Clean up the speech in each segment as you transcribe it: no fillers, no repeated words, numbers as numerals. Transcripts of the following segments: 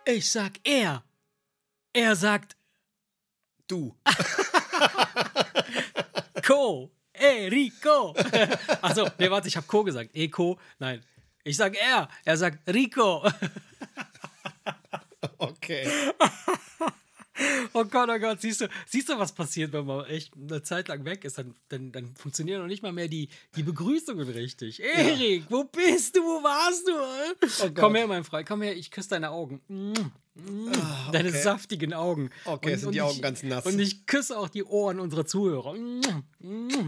Ich sag er. Er sagt Du. Co. Rico. Achso, nee, warte, ich habe Co gesagt. Co. Nein. Ich sag er. Er sagt Rico. Okay. Oh Gott, siehst du, was passiert, wenn man echt eine Zeit lang weg ist? Dann funktionieren noch nicht mal mehr die Begrüßungen richtig. Erik, wo bist du? Wo warst du? Oh Komm her, mein Freund, komm her, ich küsse deine Augen. Deine okay. saftigen Augen. Okay, sind die Augen ganz nass. Und ich küsse auch die Ohren unserer Zuhörer. Und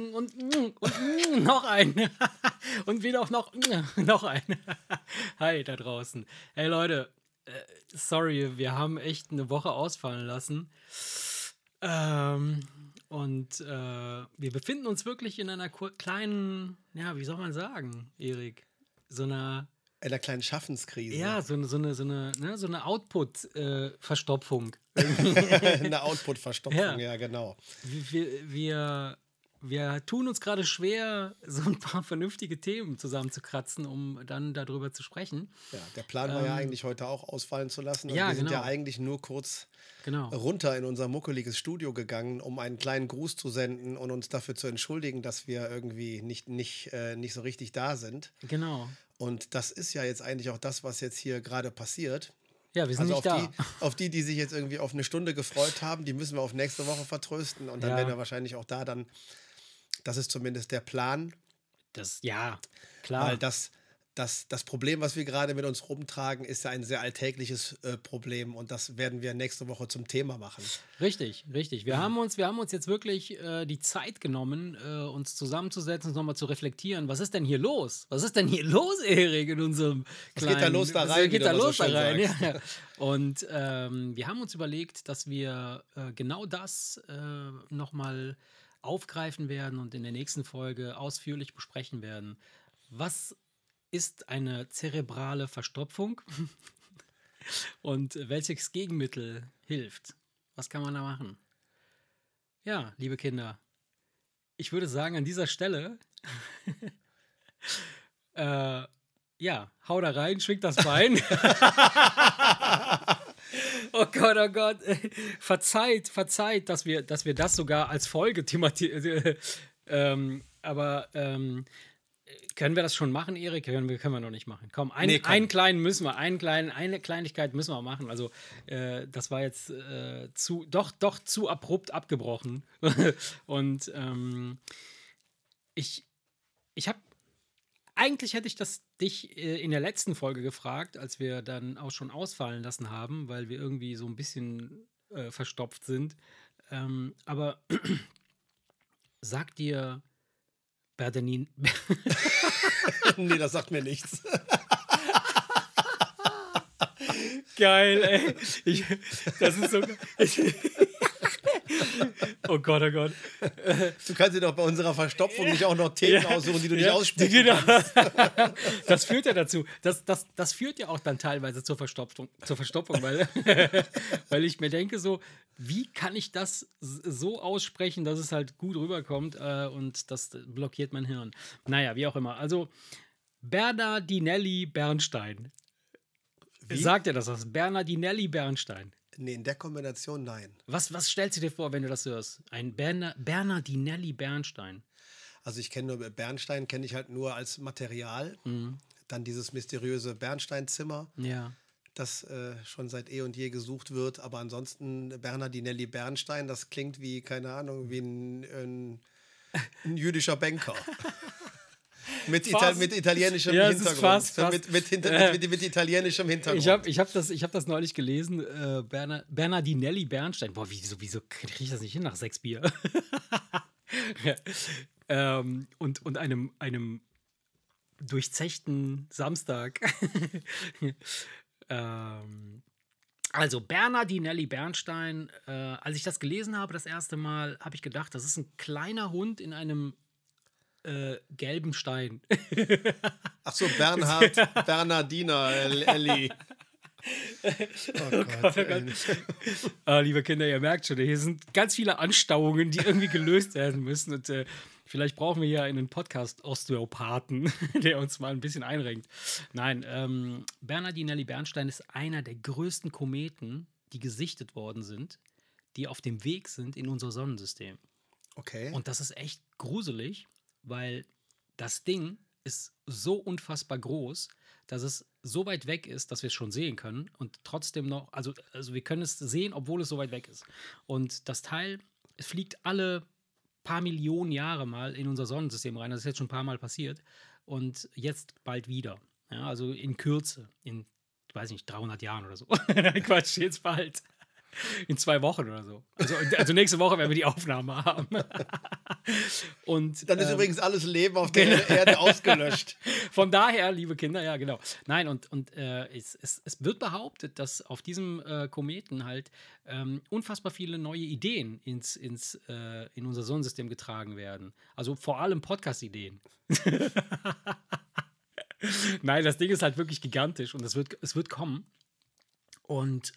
noch einen. Und wieder auch noch einen. Hi, da draußen. Hey, Leute. Sorry, wir haben echt eine Woche ausfallen lassen. Und wir befinden uns wirklich in einer kleinen, ja, wie soll man sagen, Erik? So einer kleinen Schaffenskrise. Ja, so eine Output-Verstopfung. Eine Output-Verstopfung, ja, genau. Wir tun uns gerade schwer, so ein paar vernünftige Themen zusammenzukratzen, um dann darüber zu sprechen. Ja, der Plan war ja eigentlich heute auch ausfallen zu lassen. Und ja, wir sind genau. ja eigentlich nur kurz Genau. runter in unser muckeliges Studio gegangen, um einen kleinen Gruß zu senden und uns dafür zu entschuldigen, dass wir irgendwie nicht so richtig da sind. Genau. Und das ist ja jetzt eigentlich auch das, was jetzt hier gerade passiert. Ja, wir sind nicht da. Auf die sich jetzt irgendwie auf eine Stunde gefreut haben, die müssen wir auf nächste Woche vertrösten. Und dann werden wir wahrscheinlich auch da dann, das ist zumindest der Plan. Ja, klar. Weil das Problem, was wir gerade mit uns rumtragen, ist ja ein sehr alltägliches Problem. Und das werden wir nächste Woche zum Thema machen. Richtig. Wir haben uns jetzt wirklich die Zeit genommen, uns zusammenzusetzen und nochmal zu reflektieren. Was ist denn hier los? Was ist denn hier los, Erik, in unserem kleinen... Was geht da los da rein? Was geht da los da rein? Ja. Und wir haben uns überlegt, dass wir genau das nochmal aufgreifen werden und in der nächsten Folge ausführlich besprechen werden. Was ist eine zerebrale Verstopfung und welches Gegenmittel hilft? Was kann man da machen? Ja, liebe Kinder, ich würde sagen, an dieser Stelle, hau da rein, schwingt das Bein. Oh Gott. Verzeiht, dass wir das sogar als Folge thematisieren. Aber können wir das schon machen, Erik? Können wir noch nicht machen. Komm, eine Kleinigkeit müssen wir machen. Also, das war jetzt zu abrupt abgebrochen. Und eigentlich hätte ich dich in der letzten Folge gefragt, als wir dann auch schon ausfallen lassen haben, weil wir irgendwie so ein bisschen verstopft sind. Aber sagt dir Berdanin. Nee, das sagt mir nichts. Geil, ey. Das ist so. Oh Gott. Du kannst dir doch bei unserer Verstopfung nicht auch noch Themen aussuchen, die du nicht aussprechen kannst. Das führt ja dazu. Das führt ja auch dann teilweise zur Verstopfung, weil ich mir denke so, wie kann ich das so aussprechen, dass es halt gut rüberkommt und das blockiert mein Hirn. Naja, wie auch immer. Also Bernardinelli Bernstein. Wie? Sagt ihr das was? Bernardinelli Bernstein. Nee, in der Kombination nein. Was stellst du dir vor, wenn du das hörst? Ein Bernardinelli Bernstein. Also ich kenne nur Bernstein, kenne ich halt nur als Material. Mhm. Dann dieses mysteriöse Bernsteinzimmer, das schon seit eh und je gesucht wird. Aber ansonsten Bernardinelli Bernstein, das klingt wie, keine Ahnung, wie ein jüdischer Banker. Mit italienischem Hintergrund. Fast. Mit italienischem Hintergrund. Ich hab das neulich gelesen. Bernardinelli Bernstein. Boah, wieso kriege ich das nicht hin nach 6 Bier? Und einem durchzechten Samstag. Also Bernardinelli Bernstein. Als ich das gelesen habe, das erste Mal, habe ich gedacht, das ist ein kleiner Hund in einem gelben Stein. Ach so, Bernardiner, Elli. Oh Gott. Liebe Kinder, ihr merkt schon, hier sind ganz viele Anstauungen, die irgendwie gelöst werden müssen. Und Vielleicht brauchen wir ja einen Podcast-Osteopathen, der uns mal ein bisschen einrenkt. Nein, Bernardinelli Bernstein ist einer der größten Kometen, die gesichtet worden sind, die auf dem Weg sind in unser Sonnensystem. Okay. Und das ist echt gruselig, weil das Ding ist so unfassbar groß, dass es so weit weg ist, dass wir es schon sehen können und trotzdem noch, also wir können es sehen, obwohl es so weit weg ist. Und das Teil, es fliegt alle paar Millionen Jahre mal in unser Sonnensystem rein. Das ist jetzt schon ein paar Mal passiert und jetzt bald wieder. Ja, also in Kürze, in, weiß nicht, 300 Jahren oder so. Quatsch, jetzt bald. In 2 Wochen oder so. Also nächste Woche werden wir die Aufnahme haben. Und, dann ist übrigens alles Leben auf der Erde ausgelöscht. Von daher, liebe Kinder, ja, genau. Nein, und es wird behauptet, dass auf diesem Kometen halt unfassbar viele neue Ideen in unser Sonnensystem getragen werden. Also vor allem Podcast-Ideen. Nein, das Ding ist halt wirklich gigantisch und es wird kommen. Und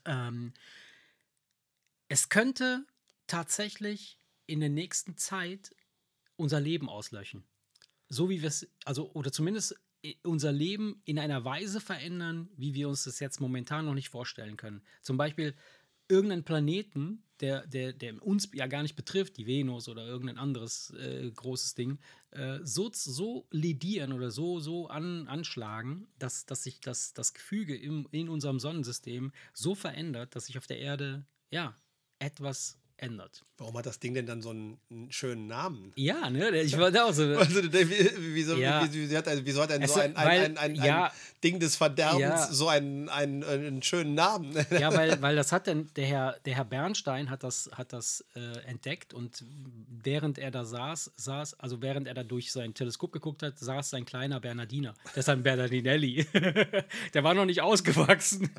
es könnte tatsächlich in der nächsten Zeit unser Leben auslöschen. So wie wir es, also, oder zumindest unser Leben in einer Weise verändern, wie wir uns das jetzt momentan noch nicht vorstellen können. Zum Beispiel irgendeinen Planeten, der uns ja gar nicht betrifft, die Venus oder irgendein anderes großes Ding, so ledieren oder so anschlagen, dass sich das Gefüge in unserem Sonnensystem so verändert, dass sich auf der Erde, ja, etwas ändert. Warum hat das Ding denn dann so einen schönen Namen? Ja, ne? Ich wollte auch so. Also, wieso hat ein Ding des Verderbens so einen schönen Namen? Ja, weil das hat der Herr Bernstein hat das entdeckt und während er da also während er da durch sein Teleskop geguckt hat, saß sein kleiner Bernardiner. Deshalb Bernardinelli. Der war noch nicht ausgewachsen.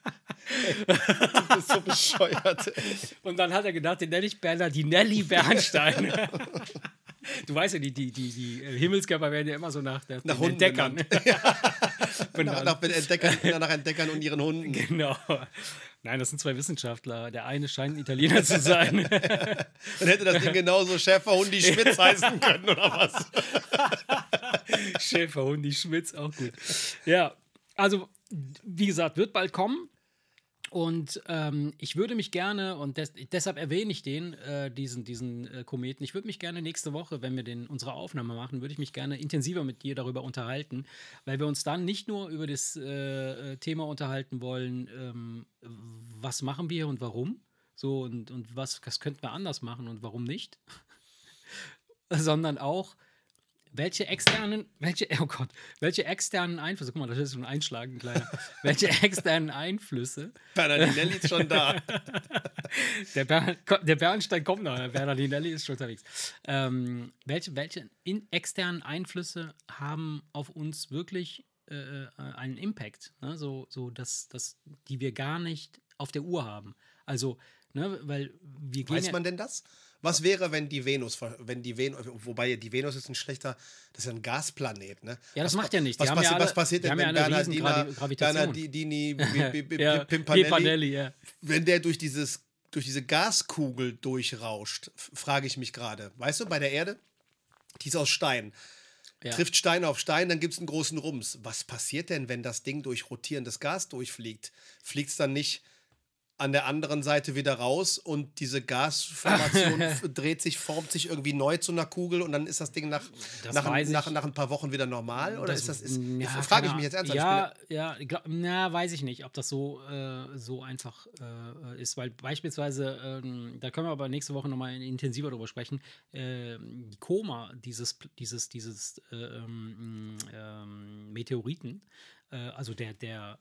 Du bist so bescheuert. Und dann hat er gedacht, den nenne ich Bernardinelli Bernstein. Du weißt ja, die Himmelskörper werden ja immer so nach den Entdeckern. nach Entdeckern und ihren Hunden. Genau. Nein, das sind 2 Wissenschaftler. Der eine scheint ein Italiener zu sein. Dann hätte das Ding genauso Schäferhundi Schmitz heißen können, oder was? Schäferhundi Schmitz, auch gut. Ja, also, wie gesagt, wird bald kommen. Und ich würde mich gerne, und deshalb erwähne ich diesen Kometen, ich würde mich gerne nächste Woche, wenn wir unsere Aufnahme machen, würde ich mich gerne intensiver mit dir darüber unterhalten, weil wir uns dann nicht nur über das Thema unterhalten wollen, was machen wir und warum, so und was könnten wir anders machen und warum nicht, sondern auch, welche externen Einflüsse, guck mal, das ist schon ein Einschlag, ein kleiner. Welche externen Einflüsse. Bernardinelli ist schon da. Der Bernstein kommt noch, der Bernardinelli ist schon unterwegs. Welche externen Einflüsse haben auf uns wirklich einen Impact, ne? Dass die wir gar nicht auf der Uhr haben. Also, ne, weil wir gehen. Weiß man denn das? Was wäre, wenn die Venus, wobei die Venus ist das ist ja ein Gasplanet, ne? Ja, das macht ja nichts. Was passiert denn, wenn Bernardini Pimpernelli, wenn der durch diese Gaskugel durchrauscht, frage ich mich gerade. Weißt du, bei der Erde, die ist aus Stein. Ja. Trifft Stein auf Stein, dann gibt es einen großen Rums. Was passiert denn, wenn das Ding durch rotierendes Gas durchfliegt? Fliegt es dann nicht an der anderen Seite wieder raus und diese Gasformation formt sich irgendwie neu zu einer Kugel und dann ist das Ding nach ein paar Wochen wieder normal? Oder frage ich mich jetzt ernsthaft. Weiß ich nicht, ob das so einfach ist, weil beispielsweise, da können wir aber nächste Woche nochmal intensiver drüber sprechen, die Koma dieses Meteoriten, also der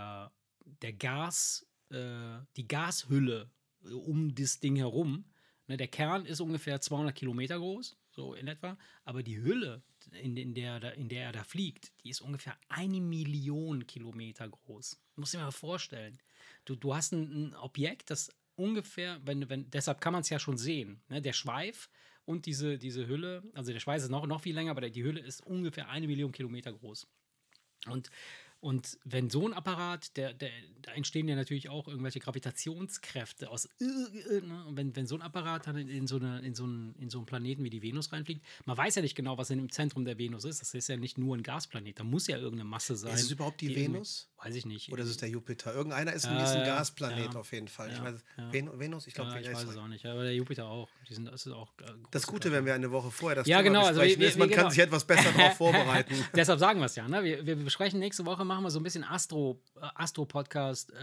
Gas, die Gashülle um das Ding herum, ne, der Kern ist ungefähr 200 Kilometer groß, so in etwa, aber die Hülle, in der er da fliegt, die ist ungefähr 1 Million Kilometer groß. Muss ich mir mal vorstellen. Du hast ein Objekt, das ungefähr, deshalb kann man es ja schon sehen, ne, der Schweif und diese Hülle, also der Schweif ist noch viel länger, aber die Hülle ist ungefähr 1 Million Kilometer groß. Und Und wenn so ein Apparat, da entstehen ja natürlich auch irgendwelche Gravitationskräfte aus. Ne? Und wenn so ein Apparat dann in so einen Planeten wie die Venus reinfliegt, man weiß ja nicht genau, was im Zentrum der Venus ist. Das ist ja nicht nur ein Gasplanet, da muss ja irgendeine Masse sein. Ist es überhaupt die Venus? Weiß ich nicht. Oder ist es der Jupiter? Irgendeiner ist ein Gasplanet auf jeden Fall. Ich weiß, Venus? Ich glaube, ich weiß es auch nicht. Aber der Jupiter auch. Das ist auch das Gute, wenn wir eine Woche vorher das Thema besprechen, ist, man kann sich etwas besser darauf vorbereiten. Deshalb sagen wir es ja. Ne? Wir besprechen nächste Woche, machen wir so ein bisschen Astro-Podcast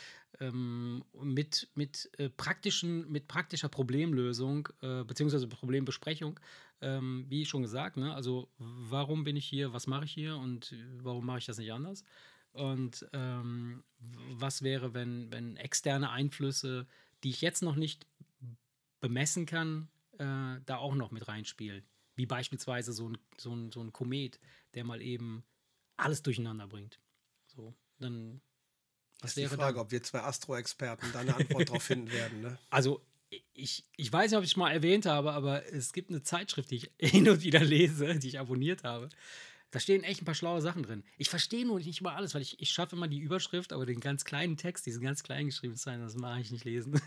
mit praktischer Problemlösung beziehungsweise Problembesprechung. Wie schon gesagt, ne? Also warum bin ich hier, was mache ich hier und warum mache ich das nicht anders? Und was wäre, wenn externe Einflüsse, die ich jetzt noch nicht bemessen kann, da auch noch mit reinspielen? Wie beispielsweise so ein Komet, der mal eben alles durcheinander bringt. So, dann was ist die Frage, ob wir zwei Astro-Experten da eine Antwort drauf finden werden. Ne? Also ich weiß nicht, ob ich es mal erwähnt habe, aber es gibt eine Zeitschrift, die ich hin und wieder lese, die ich abonniert habe. Da stehen echt ein paar schlaue Sachen drin. Ich verstehe nur nicht immer alles, weil ich schaffe immer die Überschrift, aber den ganz kleinen Text, diesen ganz klein geschriebenen Zeilen, das mache ich nicht lesen.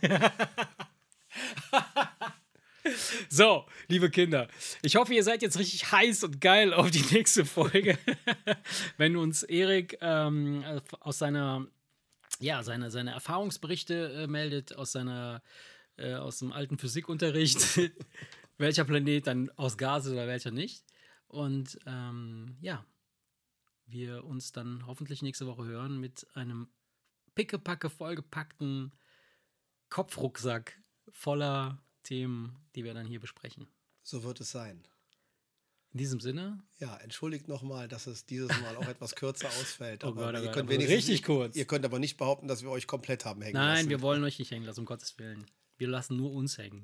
So, liebe Kinder, ich hoffe, ihr seid jetzt richtig heiß und geil auf die nächste Folge. Wenn uns Erik aus seine Erfahrungsberichte meldet, aus dem alten Physikunterricht, welcher Planet dann aus Gas ist oder welcher nicht. Und wir uns dann hoffentlich nächste Woche hören mit einem pickepacke vollgepackten Kopfrucksack voller Themen, die wir dann hier besprechen. So wird es sein. In diesem Sinne? Ja, entschuldigt nochmal, dass es dieses Mal auch etwas kürzer ausfällt. Aber ihr könnt richtig kurz. Ihr könnt aber nicht behaupten, dass wir euch komplett haben hängen lassen. Nein, wir wollen euch nicht hängen lassen, um Gottes Willen. Wir lassen nur uns hängen.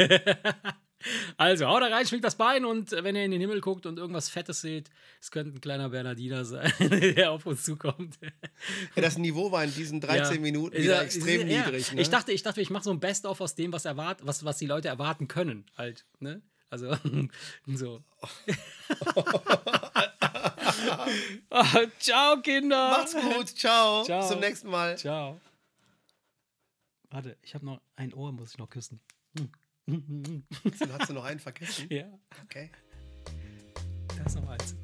Also, haut da rein, schwingt das Bein und wenn ihr in den Himmel guckt und irgendwas Fettes seht, es könnte ein kleiner Bernardiner sein, der auf uns zukommt. Ja, das Niveau war in diesen 13 Minuten wieder extrem niedrig. Ne? Ich dachte, ich mache so ein Best-of aus dem, was die Leute erwarten können. Halt, ne? Also, so. Ciao, Kinder. Macht's gut. Ciao. Ciao. Bis zum nächsten Mal. Ciao. Warte, ich habe noch ein Ohr, muss ich noch küssen. Hast du noch einen vergessen? Ja. Okay. Da ist noch eins.